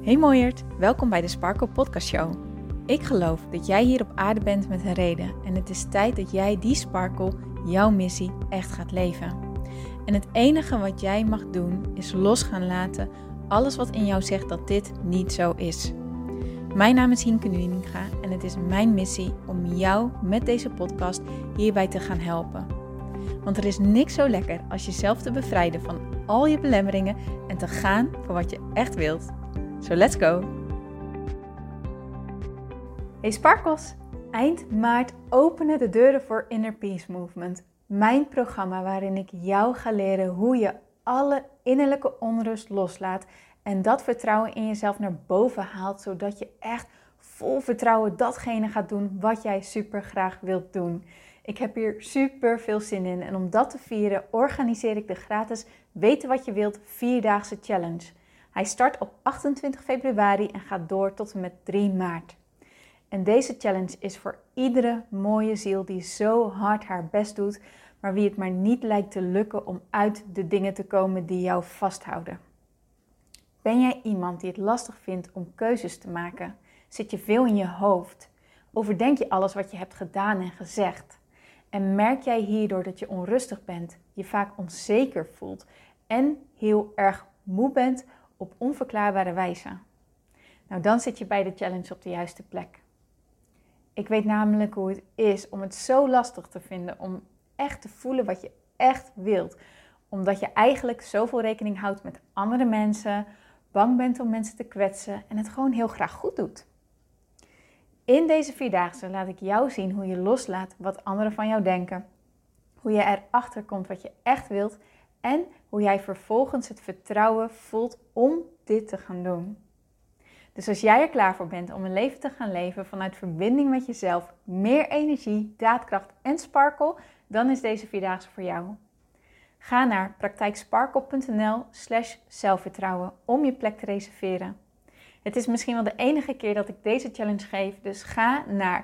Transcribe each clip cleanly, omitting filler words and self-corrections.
Hey mooiert, welkom bij de Sparkle Podcast Show. Ik geloof dat jij hier op aarde bent met een reden en het is tijd dat jij die sparkle, jouw missie, echt gaat leven. En het enige wat jij mag doen is los gaan laten alles wat in jou zegt dat dit niet zo is. Mijn naam is Hienke Nuninga en het is mijn missie om jou met deze podcast hierbij te gaan helpen. Want er is niks zo lekker als jezelf te bevrijden van al je belemmeringen en te gaan voor wat je echt wilt. So let's go! Hey Sparkles! Eind maart openen de deuren voor Inner Peace Movement. Mijn programma waarin ik jou ga leren hoe je alle innerlijke onrust loslaat en dat vertrouwen in jezelf naar boven haalt, zodat je echt vol vertrouwen datgene gaat doen wat jij super graag wilt doen. Ik heb hier super veel zin in en om dat te vieren organiseer ik de gratis Weten wat je wilt 4-daagse challenge. Hij start op 28 februari en gaat door tot en met 3 maart. En deze challenge is voor iedere mooie ziel die zo hard haar best doet, maar wie het maar niet lijkt te lukken om uit de dingen te komen die jou vasthouden. Ben jij iemand die het lastig vindt om keuzes te maken? Zit je veel in je hoofd? Overdenk je alles wat je hebt gedaan en gezegd? En merk jij hierdoor dat je onrustig bent, je vaak onzeker voelt en heel erg moe bent op onverklaarbare wijze? Nou, dan zit je bij de challenge op de juiste plek. Ik weet namelijk hoe het is om het zo lastig te vinden om echt te voelen wat je echt wilt. Omdat je eigenlijk zoveel rekening houdt met andere mensen, bang bent om mensen te kwetsen en het gewoon heel graag goed doet. In deze 4-daagse laat ik jou zien hoe je loslaat wat anderen van jou denken. Hoe je erachter komt wat je echt wilt en hoe jij vervolgens het vertrouwen voelt om dit te gaan doen. Dus als jij er klaar voor bent om een leven te gaan leven vanuit verbinding met jezelf, meer energie, daadkracht en sparkle, dan is deze 4-daagse voor jou. Ga naar praktijksparkle.nl/zelfvertrouwen om je plek te reserveren. Het is misschien wel de enige keer dat ik deze challenge geef, dus ga naar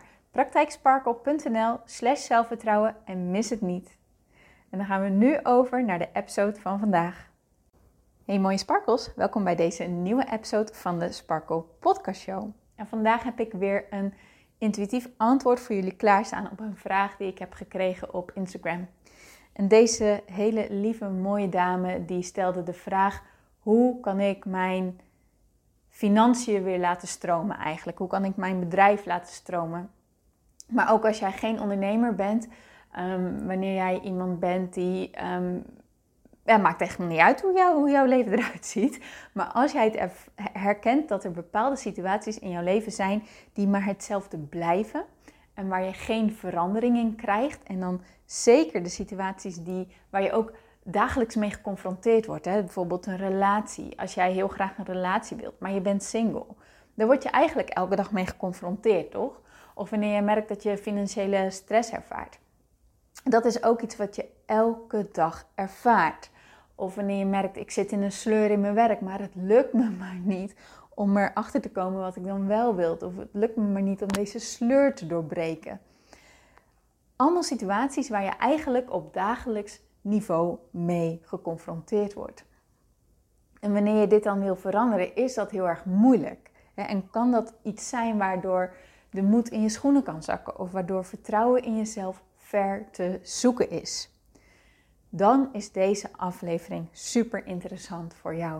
praktijksparkle.nl/zelfvertrouwen en mis het niet. En dan gaan we nu over naar de episode van vandaag. Hey mooie sparkles, welkom bij deze nieuwe episode van de Sparkle Podcast Show. En vandaag heb ik weer een intuïtief antwoord voor jullie klaarstaan op een vraag die ik heb gekregen op Instagram. En deze hele lieve mooie dame die stelde de vraag: hoe kan ik mijn financiën weer laten stromen eigenlijk? Hoe kan ik mijn bedrijf laten stromen? Maar ook als jij geen ondernemer bent, wanneer jij iemand bent die... Het maakt echt niet uit hoe jouw leven eruit ziet. Maar als jij het herkent dat er bepaalde situaties in jouw leven zijn die maar hetzelfde blijven. En waar je geen verandering in krijgt. En dan zeker de situaties waar je ook dagelijks mee geconfronteerd wordt. Hè? Bijvoorbeeld een relatie. Als jij heel graag een relatie wilt, maar je bent single. Daar word je eigenlijk elke dag mee geconfronteerd, toch? Of wanneer je merkt dat je financiële stress ervaart. Dat is ook iets wat je elke dag ervaart. Of wanneer je merkt, ik zit in een sleur in mijn werk, maar het lukt me maar niet om erachter te komen wat ik dan wel wil. Of het lukt me maar niet om deze sleur te doorbreken. Allemaal situaties waar je eigenlijk op dagelijks niveau mee geconfronteerd wordt. En wanneer je dit dan wil veranderen, is dat heel erg moeilijk. En kan dat iets zijn waardoor de moed in je schoenen kan zakken of waardoor vertrouwen in jezelf ver te zoeken is. Dan is deze aflevering super interessant voor jou.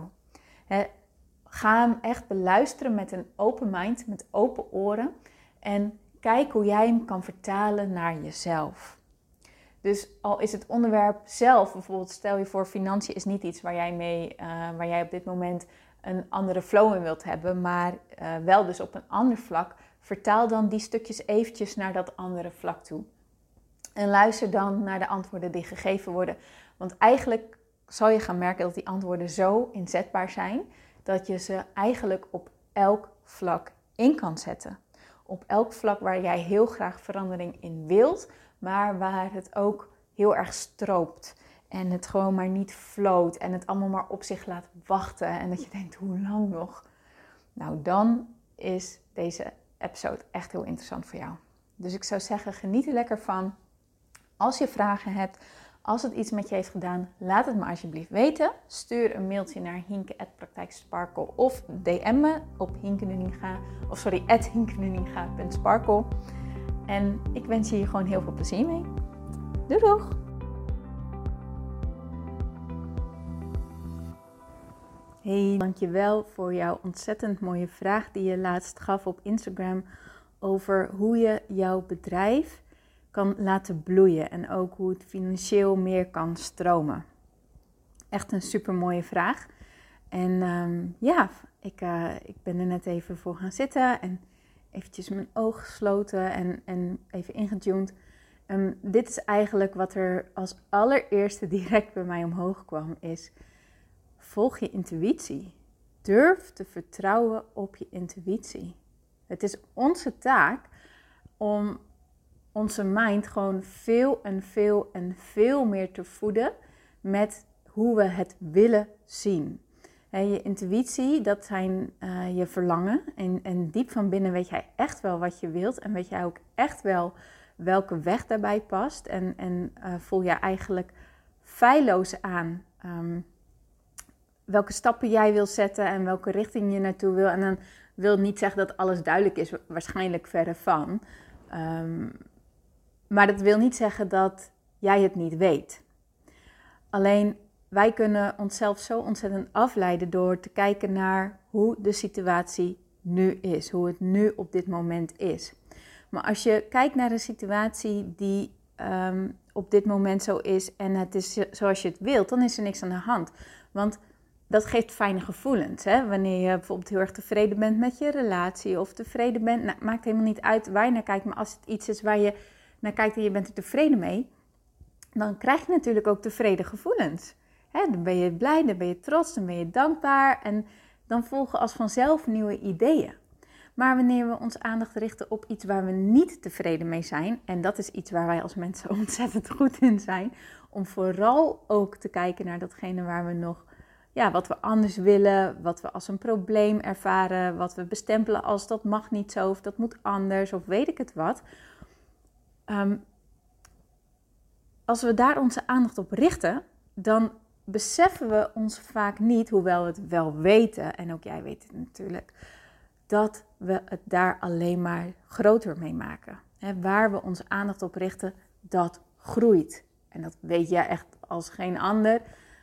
Ga hem echt beluisteren met een open mind, met open oren. En kijk hoe jij hem kan vertalen naar jezelf. Dus al is het onderwerp zelf, bijvoorbeeld stel je voor financiën is niet iets waar jij op dit moment een andere flow in wilt hebben. Maar wel dus op een ander vlak. Vertaal dan die stukjes eventjes naar dat andere vlak toe. En luister dan naar de antwoorden die gegeven worden. Want eigenlijk zal je gaan merken dat die antwoorden zo inzetbaar zijn, dat je ze eigenlijk op elk vlak in kan zetten. Op elk vlak waar jij heel graag verandering in wilt, maar waar het ook heel erg stroopt. En het gewoon maar niet float en het allemaal maar op zich laat wachten. En dat je denkt, hoe lang nog? Nou, dan is deze episode echt heel interessant voor jou. Dus ik zou zeggen, geniet er lekker van. Als je vragen hebt, Als het iets met je heeft gedaan, laat het me alsjeblieft weten. Stuur een mailtje naar hinke@praktijksparkle of DM me op hinkenuninga.sparkle. En ik wens je hier gewoon heel veel plezier mee. Doei doeg! Hey, dankjewel voor jouw ontzettend mooie vraag die je laatst gaf op Instagram over hoe je jouw bedrijf kan laten bloeien en ook hoe het financieel meer kan stromen. Echt een super mooie vraag. En ik ben er net even voor gaan zitten en eventjes mijn ogen gesloten en even ingetuned. Dit is eigenlijk wat er als allereerste direct bij mij omhoog kwam, is volg je intuïtie. Durf te vertrouwen op je intuïtie. Het is onze taak om onze mind gewoon veel en veel meer te voeden met hoe we het willen zien. Je intuïtie, dat zijn je verlangen. En diep van binnen weet jij echt wel wat je wilt. En weet jij ook echt wel welke weg daarbij past. En voel je eigenlijk feilloos aan welke stappen jij wil zetten en welke richting je naartoe wil. En dan wil niet zeggen dat alles duidelijk is, waarschijnlijk verre van. Maar dat wil niet zeggen dat jij het niet weet. Alleen wij kunnen onszelf zo ontzettend afleiden door te kijken naar hoe de situatie nu is. Hoe het nu op dit moment is. Maar als je kijkt naar een situatie die op dit moment zo is en het is zoals je het wilt, dan is er niks aan de hand. Want dat geeft fijne gevoelens. Hè? Wanneer je bijvoorbeeld heel erg tevreden bent met je relatie of tevreden bent. Nou, maakt helemaal niet uit waar je naar kijkt. Maar als het iets is waar je naar kijkt en je bent er tevreden mee, dan krijg je natuurlijk ook tevreden gevoelens. Hè? Dan ben je blij, dan ben je trots, dan ben je dankbaar. En dan volgen als vanzelf nieuwe ideeën. Maar wanneer we onze aandacht richten op iets waar we niet tevreden mee zijn, en dat is iets waar wij als mensen ontzettend goed in zijn, om vooral ook te kijken naar datgene waar we nog, wat we anders willen, wat we als een probleem ervaren, wat we bestempelen als dat mag niet zo, of dat moet anders, of weet ik het wat. Als we daar onze aandacht op richten, dan beseffen we ons vaak niet, hoewel we het wel weten, en ook jij weet het natuurlijk, dat we het daar alleen maar groter mee maken. Waar we onze aandacht op richten, dat groeit. En dat weet jij echt als geen ander.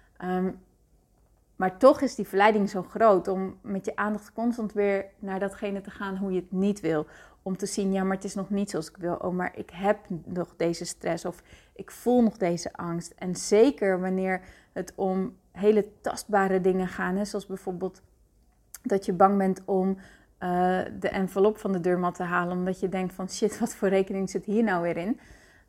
Maar toch is die verleiding zo groot om met je aandacht constant weer naar datgene te gaan hoe je het niet wil. Om te zien, ja, maar het is nog niet zoals ik wil. Oh, maar ik heb nog deze stress of ik voel nog deze angst. En zeker wanneer het om hele tastbare dingen gaat, zoals bijvoorbeeld dat je bang bent om de envelop van de deurmat te halen, omdat je denkt van shit, wat voor rekening zit hier nou weer in?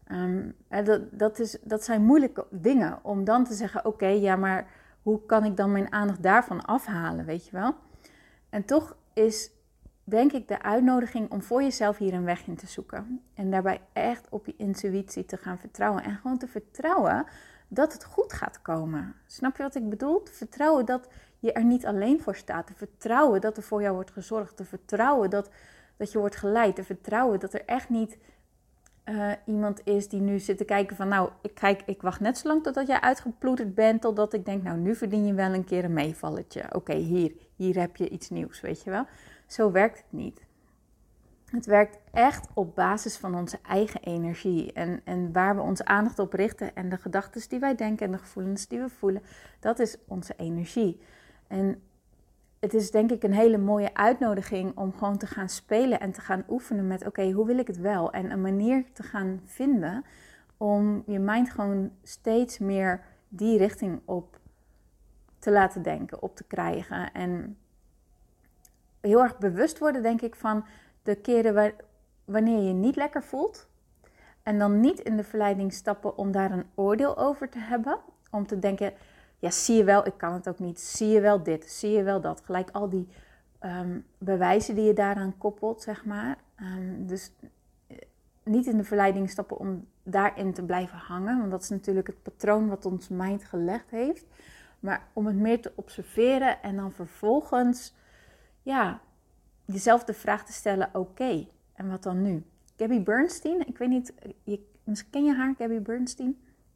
Dat zijn moeilijke dingen om dan te zeggen, oké, ja, maar hoe kan ik dan mijn aandacht daarvan afhalen, weet je wel? En toch is, denk ik, de uitnodiging om voor jezelf hier een weg in te zoeken. En daarbij echt op je intuïtie te gaan vertrouwen. En gewoon te vertrouwen dat het goed gaat komen. Snap je wat ik bedoel? Te vertrouwen dat je er niet alleen voor staat. Te vertrouwen dat er voor jou wordt gezorgd. Te vertrouwen dat je wordt geleid. Te vertrouwen dat er echt niet iemand is die nu zit te kijken van, nou, ik wacht net zo lang totdat jij uitgeploeterd bent, totdat ik denk, nou, nu verdien je wel een keer een meevalletje. Oké, hier heb je iets nieuws, weet je wel. Zo werkt het niet. Het werkt echt op basis van onze eigen energie en waar we onze aandacht op richten en de gedachten die wij denken en de gevoelens die we voelen, dat is onze energie. En het is denk ik een hele mooie uitnodiging om gewoon te gaan spelen en te gaan oefenen met oké, hoe wil ik het wel? En een manier te gaan vinden om je mind gewoon steeds meer die richting op te laten denken, op te krijgen. En heel erg bewust worden, denk ik, van de keren wanneer je niet lekker voelt. En dan niet in de verleiding stappen om daar een oordeel over te hebben. Om te denken, ja, zie je wel, ik kan het ook niet. Zie je wel dit, zie je wel dat. Gelijk al die bewijzen die je daaraan koppelt, zeg maar. Dus niet in de verleiding stappen om daarin te blijven hangen. Want dat is natuurlijk het patroon wat ons mind gelegd heeft. Maar om het meer te observeren en dan vervolgens, ja, jezelf de vraag te stellen, oké, en wat dan nu? Gabby Bernstein, ik weet niet, misschien ken je haar, Gabby Bernstein?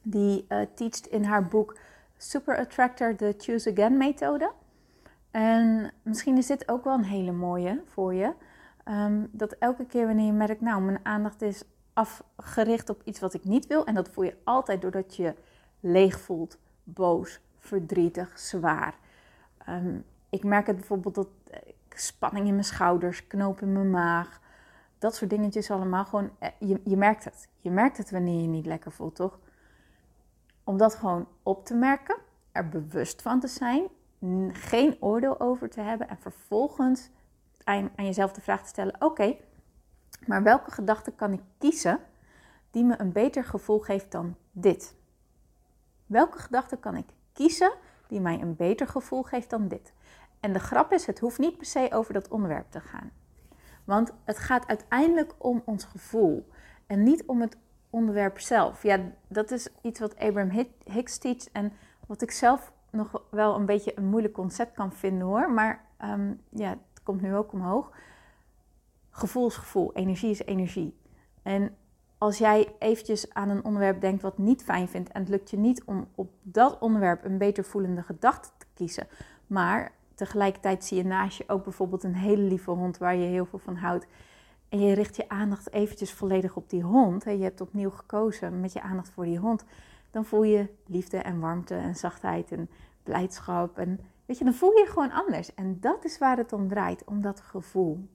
Die teacht in haar boek Super Attractor de Choose Again methode. En misschien is dit ook wel een hele mooie voor je. Dat elke keer wanneer je merkt, nou, mijn aandacht is afgericht op iets wat ik niet wil. En dat voel je altijd doordat je leeg voelt, boos, verdrietig, zwaar. Ik merk het bijvoorbeeld dat spanning in mijn schouders, knoop in mijn maag. Dat soort dingetjes allemaal. Gewoon, je merkt het. Je merkt het wanneer je je niet lekker voelt, toch? Om dat gewoon op te merken, er bewust van te zijn, geen oordeel over te hebben en vervolgens aan jezelf de vraag te stellen, oké, maar welke gedachte kan ik kiezen die me een beter gevoel geeft dan dit? Welke gedachte kan ik kiezen die mij een beter gevoel geeft dan dit? En de grap is, het hoeft niet per se over dat onderwerp te gaan. Want het gaat uiteindelijk om ons gevoel en niet om het onderwerp zelf. Ja, dat is iets wat Abraham Hicks teacht en wat ik zelf nog wel een beetje een moeilijk concept kan vinden hoor. Maar het komt nu ook omhoog. Gevoel is gevoel, energie is energie. En als jij eventjes aan een onderwerp denkt wat niet fijn vindt en het lukt je niet om op dat onderwerp een beter voelende gedachte te kiezen, maar tegelijkertijd zie je naast je ook bijvoorbeeld een hele lieve hond waar je heel veel van houdt. En je richt je aandacht eventjes volledig op die hond. Hè, je hebt opnieuw gekozen met je aandacht voor die hond. Dan voel je liefde en warmte en zachtheid en blijdschap. En weet je, dan voel je je gewoon anders. En dat is waar het om draait, om dat gevoel.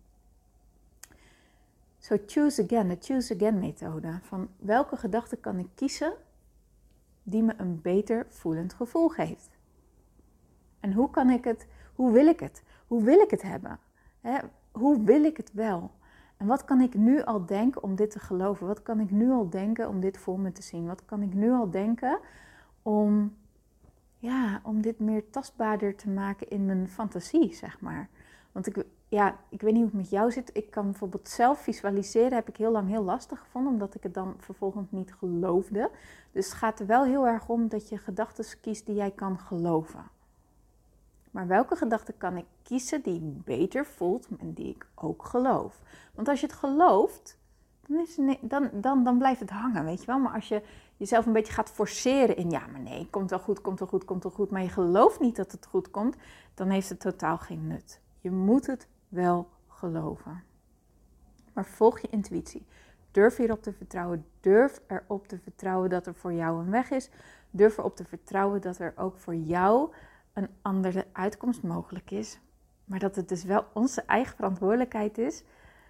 So choose again, de choose again methode. Van welke gedachte kan ik kiezen die me een beter voelend gevoel geeft? En hoe kan ik het, hoe wil ik het? Hoe wil ik het hebben? Hoe wil ik het wel? En wat kan ik nu al denken om dit te geloven? Wat kan ik nu al denken om dit voor me te zien? Wat kan ik nu al denken om dit meer tastbaarder te maken in mijn fantasie, zeg maar? Want ik weet niet hoe het met jou zit. Ik kan bijvoorbeeld zelf visualiseren, heb ik heel lang heel lastig gevonden, omdat ik het dan vervolgens niet geloofde. Dus het gaat er wel heel erg om dat je gedachten kiest die jij kan geloven. Maar welke gedachte kan ik kiezen die beter voelt en die ik ook geloof? Want als je het gelooft, dan blijft het hangen, weet je wel. Maar als je jezelf een beetje gaat forceren in, ja, maar nee, komt wel goed, komt wel goed, komt wel goed. Maar je gelooft niet dat het goed komt, dan heeft het totaal geen nut. Je moet het wel geloven. Maar volg je intuïtie. Durf hierop te vertrouwen. Durf erop te vertrouwen dat er voor jou een weg is. Durf erop te vertrouwen dat er ook voor jou een andere uitkomst mogelijk is. Maar dat het dus wel onze eigen verantwoordelijkheid is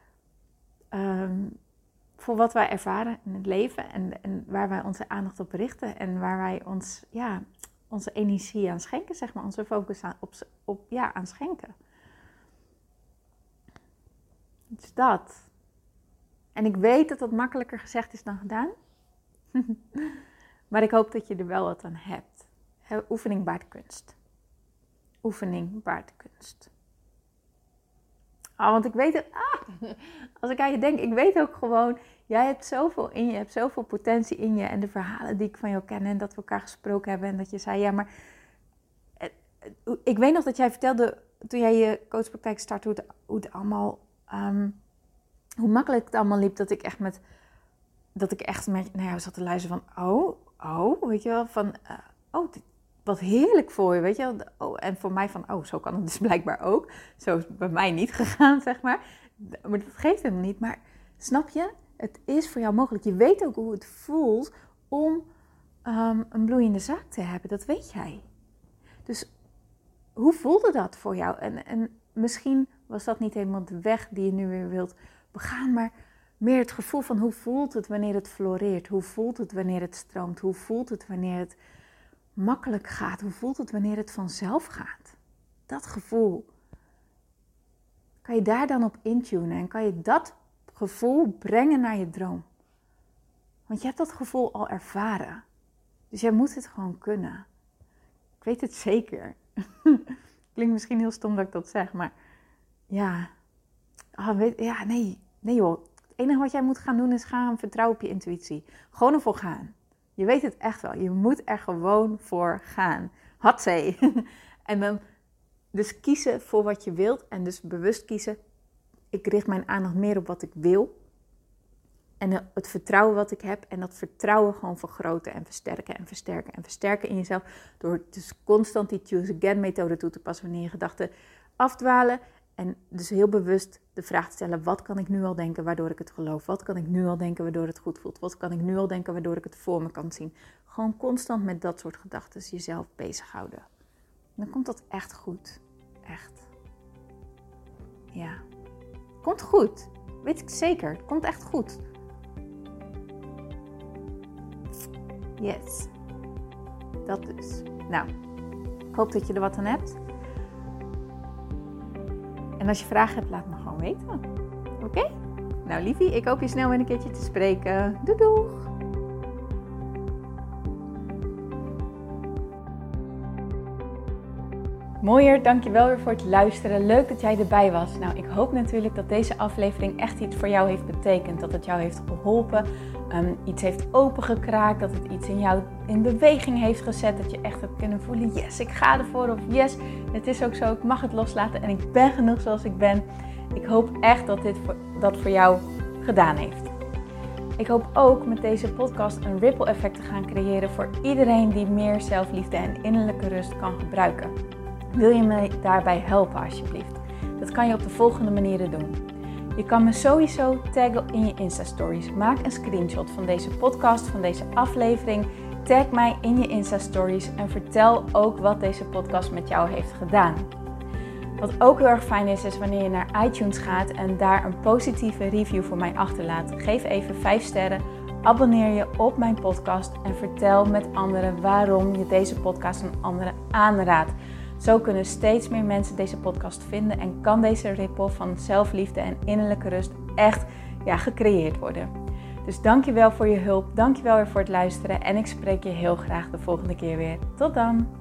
voor wat wij ervaren in het leven en waar wij onze aandacht op richten en waar wij onze energie aan schenken, zeg maar, onze focus aan schenken. Dus dat. En ik weet dat dat makkelijker gezegd is dan gedaan. Maar ik hoop dat je er wel wat aan hebt. Oefening baart kunst. Oefening baart kunst. Want ik weet het, als ik aan je denk, ik weet ook gewoon, jij hebt zoveel in je, hebt zoveel potentie in je. En de verhalen die ik van jou ken en dat we elkaar gesproken hebben en dat je zei, ja, maar ik weet nog dat jij vertelde, toen jij je coachpraktijk startte, hoe het allemaal, hoe makkelijk het allemaal liep, dat ik echt met, zat te luisteren van, weet je wel, van, wat heerlijk voor je, weet je wel. Oh, en voor mij van, zo kan het dus blijkbaar ook. Zo is het bij mij niet gegaan, zeg maar. Maar dat geeft helemaal niet. Maar snap je, het is voor jou mogelijk. Je weet ook hoe het voelt om een bloeiende zaak te hebben. Dat weet jij. Dus hoe voelde dat voor jou? En misschien was dat niet helemaal de weg die je nu weer wilt begaan, maar meer het gevoel van hoe voelt het wanneer het floreert? Hoe voelt het wanneer het stroomt? Hoe voelt het wanneer het makkelijk gaat? Hoe voelt het wanneer het vanzelf gaat? Dat gevoel. Kan je daar dan op intunen en kan je dat gevoel brengen naar je droom? Want je hebt dat gevoel al ervaren. Dus jij moet het gewoon kunnen. Ik weet het zeker. Klinkt misschien heel stom dat ik dat zeg, maar ja. Nee joh. Het enige wat jij moet gaan doen is gaan vertrouwen op je intuïtie. Gewoon ervoor gaan. Je weet het echt wel. Je moet er gewoon voor gaan. Hatzee. En dan dus kiezen voor wat je wilt. En dus bewust kiezen. Ik richt mijn aandacht meer op wat ik wil. En het vertrouwen wat ik heb. En dat vertrouwen gewoon vergroten en versterken en versterken en versterken in jezelf. Door dus constant die Choose Again methode toe te passen wanneer je gedachten afdwalen. En dus heel bewust de vraag te stellen, wat kan ik nu al denken waardoor ik het geloof? Wat kan ik nu al denken waardoor het goed voelt? Wat kan ik nu al denken waardoor ik het voor me kan zien? Gewoon constant met dat soort gedachten jezelf bezighouden. Dan komt dat echt goed. Echt. Ja. Komt goed. Weet ik zeker. Het komt echt goed. Yes. Dat dus. Nou, ik hoop dat je er wat aan hebt. En als je vragen hebt, laat me gewoon weten. Oké? Nou liefie, ik hoop je snel weer een keertje te spreken. Doei doeg! Mooier, dankjewel weer voor het luisteren. Leuk dat jij erbij was. Nou, ik hoop natuurlijk dat deze aflevering echt iets voor jou heeft betekend. Dat het jou heeft geholpen, iets heeft opengekraakt, dat het iets in jou in beweging heeft gezet. Dat je echt hebt kunnen voelen, yes, ik ga ervoor. Of yes, het is ook zo, ik mag het loslaten en ik ben genoeg zoals ik ben. Ik hoop echt dat dit dat voor jou gedaan heeft. Ik hoop ook met deze podcast een ripple effect te gaan creëren voor iedereen die meer zelfliefde en innerlijke rust kan gebruiken. Wil je me daarbij helpen alsjeblieft? Dat kan je op de volgende manieren doen. Je kan me sowieso taggen in je Insta-stories. Maak een screenshot van deze podcast, van deze aflevering. Tag mij in je Insta-stories en vertel ook wat deze podcast met jou heeft gedaan. Wat ook heel erg fijn is wanneer je naar iTunes gaat en daar een positieve review voor mij achterlaat. Geef even 5 sterren, abonneer je op mijn podcast en vertel met anderen waarom je deze podcast aan anderen aanraadt. Zo kunnen steeds meer mensen deze podcast vinden en kan deze ripple van zelfliefde en innerlijke rust echt gecreëerd worden. Dus dankjewel voor je hulp, dankjewel weer voor het luisteren en ik spreek je heel graag de volgende keer weer. Tot dan!